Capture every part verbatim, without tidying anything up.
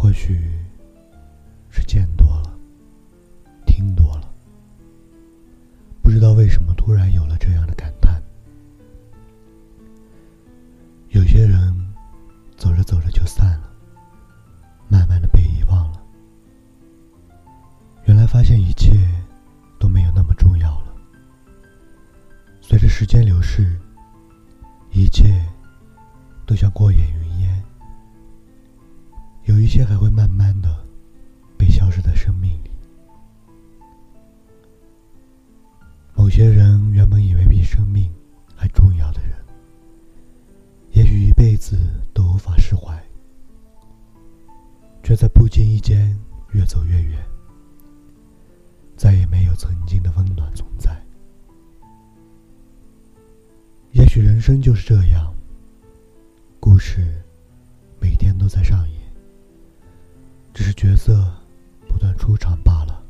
或许是见多了，听多了，不知道为什么突然有了这样的感叹。有些人走着走着就散了，慢慢的被遗忘了。原来发现一切都没有那么重要了。随着时间流逝，一切都像过眼云烟，有一些还会慢慢的被消失在生命里。某些人原本以为比生命还重要的人，也许一辈子都无法释怀，却在不经意间越走越远，再也没有曾经的温暖存在。也许人生就是这样，故事每天都在上演，只是角色不断出场罢了。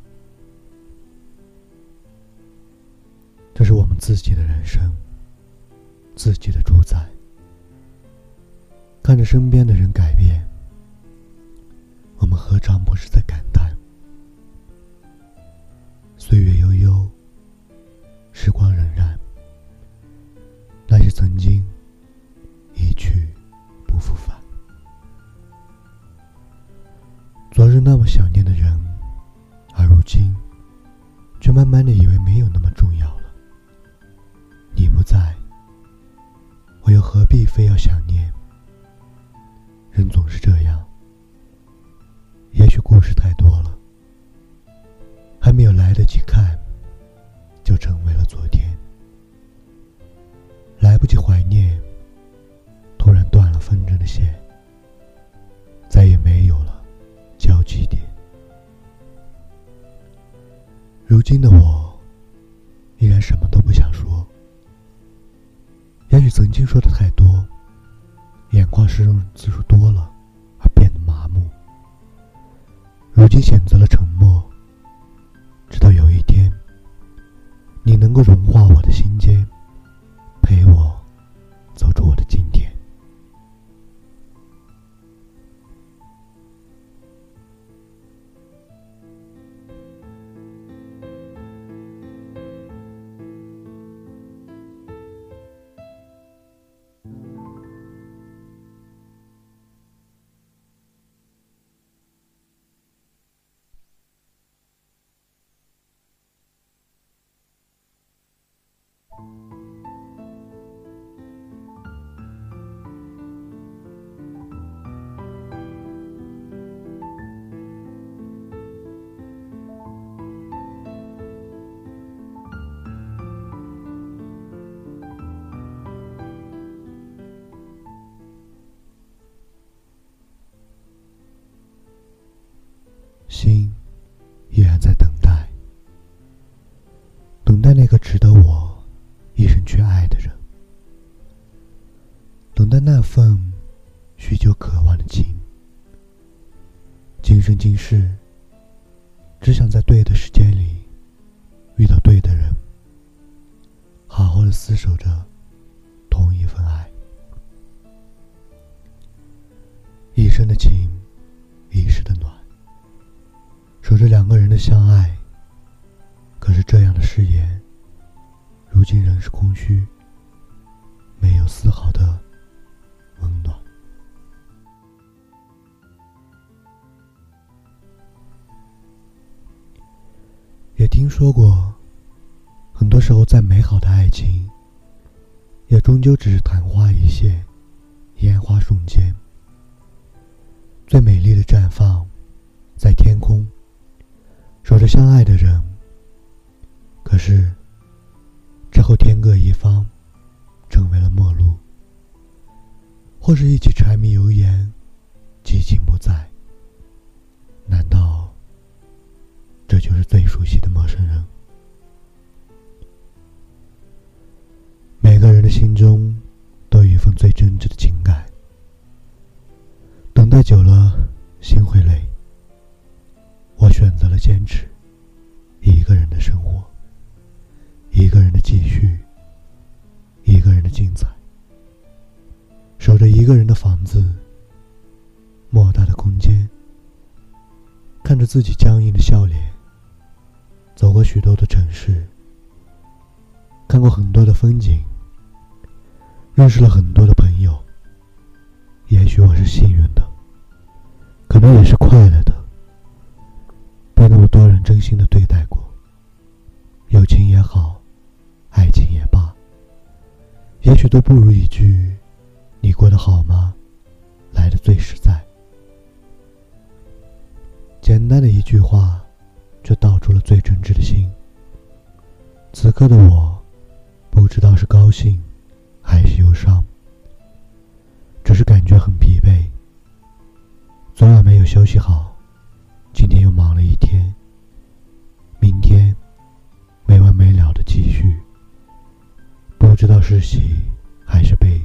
这是我们自己的人生，自己的主宰。看着身边的人改变，我们何尝不是在感叹岁月悠悠，时光荏苒，那些曾经一去不复返。昨日那么想念的人，而如今却慢慢的以为没有那么重要了。你不在，我又何必非要想念？人总是这样，也许故事太多了，还没有来得及看，就成为了昨天。来不及怀念，突然断了风筝的线，再也没有了交集点。如今的我依然什么都不想说，也许曾经说的太多，眼眶湿润次数多了而变得麻木，如今选择了沉默，直到有一天你能够融化我的心间，陪我走出我的今天。心依然在等待，等待那个值得我一生去爱的人，等待那份许久渴望的情。今生今世，只想在对的时间里遇到对的人，好好的厮守着同一份爱。一生的情，一世的暖，守着两个人的相爱。可是这样的誓言，如今仍是空虚，没有丝毫的温暖。也听说过，很多时候再美好的爱情，也终究只是昙花一现，烟花瞬间。最美丽的绽放在天空，守着相爱的人，可是之后天各一方，成为了陌路，或是一起柴米油盐，激情不在。难道这就是最熟悉的陌生人？每个人的心中都有一份最真挚的情感，等待久了心会累。我选择了坚持一个人的生活，一个人的继续，一个人的精彩，守着一个人的房子，莫大的空间， 看着自己僵硬的笑脸，走过许多的城市，看过很多的风景，认识了很多的朋友。也许我是幸运的，可能也是快乐的，被那么多人真心的对待过。友情也好，爱情也罢，也许都不如一句你过得好吗来得最实在。简单的一句话却道出了最真挚的心。此刻的我不知道是高兴还是忧伤，只是感觉很疲惫。昨晚没有休息好，今天又忙了一天，明天没完没了的继续，不知道是喜还是悲。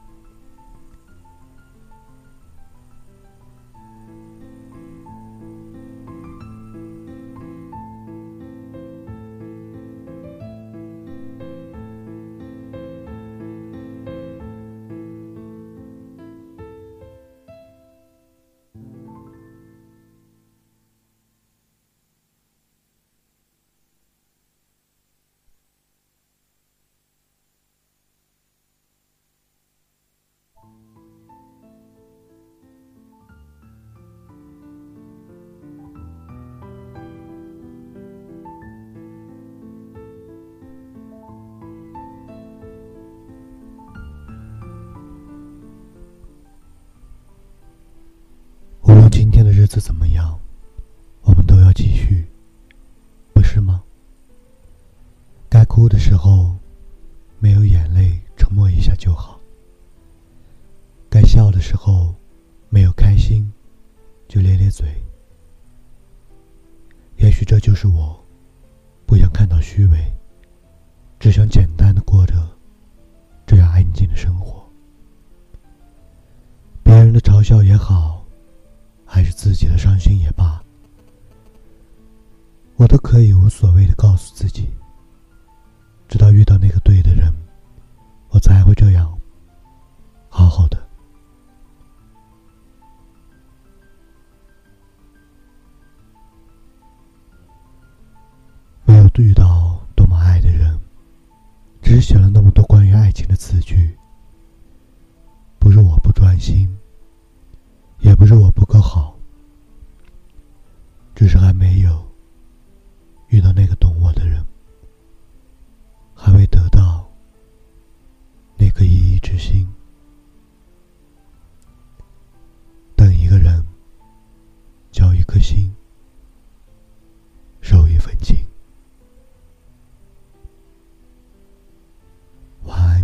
无论今天的日子怎么样，我们都要继续，不是吗？该哭的时候，没有眼泪，沉默一下就好；该笑的时候，没有开心，就咧咧嘴。也许这就是我，不想看到虚伪，只想简单的过着这样安静的生活。别人的嘲笑也好，还是自己的伤心也罢，我都可以无所谓的告诉自己，直到遇到那个对的人，我才会这样好好的。没有遇到多么爱的人，只是写了那么多关于爱情的词句。不是我不专心，也不是我不够好，只是还没有遇到那个懂我的人，还未得到那颗一意之心。等一个人，交一颗心，收一份情。晚安。